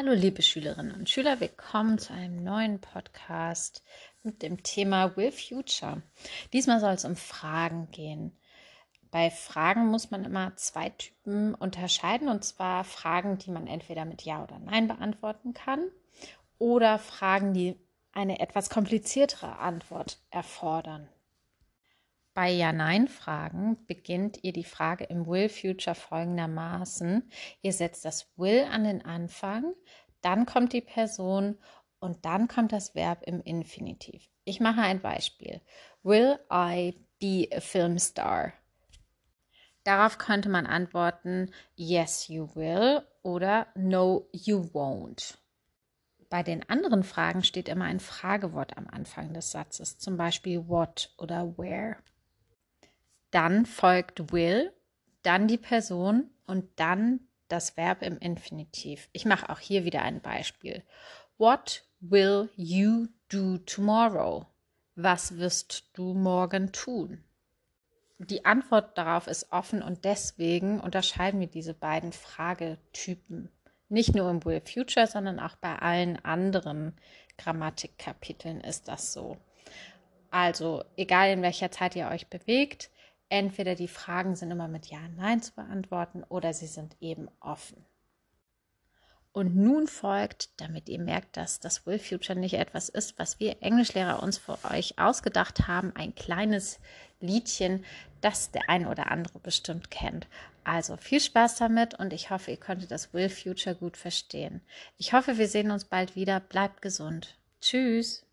Hallo liebe Schülerinnen und Schüler, willkommen zu einem neuen Podcast mit dem Thema Will Future. Diesmal soll es um Fragen gehen. Bei Fragen muss man immer zwei Typen unterscheiden, und zwar Fragen, die man entweder mit Ja oder Nein beantworten kann oder Fragen, die eine etwas kompliziertere Antwort erfordern. Bei Ja-Nein-Fragen beginnt ihr die Frage im Will Future folgendermaßen. Ihr setzt das Will an den Anfang, dann kommt die Person und dann kommt das Verb im Infinitiv. Ich mache ein Beispiel. Will I be a film star? Darauf könnte man antworten, yes, you will oder no, you won't. Bei den anderen Fragen steht immer ein Fragewort am Anfang des Satzes, zum Beispiel what oder where. Dann folgt will, dann die Person und dann das Verb im Infinitiv. Ich mache auch hier wieder ein Beispiel. What will you do tomorrow? Was wirst du morgen tun? Die Antwort darauf ist offen und deswegen unterscheiden wir diese beiden Fragetypen. Nicht nur im Will Future, sondern auch bei allen anderen Grammatikkapiteln ist das so. Also, egal in welcher Zeit ihr euch bewegt, entweder die Fragen sind immer mit Ja und Nein zu beantworten oder sie sind eben offen. Und nun folgt, damit ihr merkt, dass das Will Future nicht etwas ist, was wir Englischlehrer uns für euch ausgedacht haben, ein kleines Liedchen, das der ein oder andere bestimmt kennt. Also viel Spaß damit und ich hoffe, ihr konntet das Will Future gut verstehen. Ich hoffe, wir sehen uns bald wieder. Bleibt gesund. Tschüss.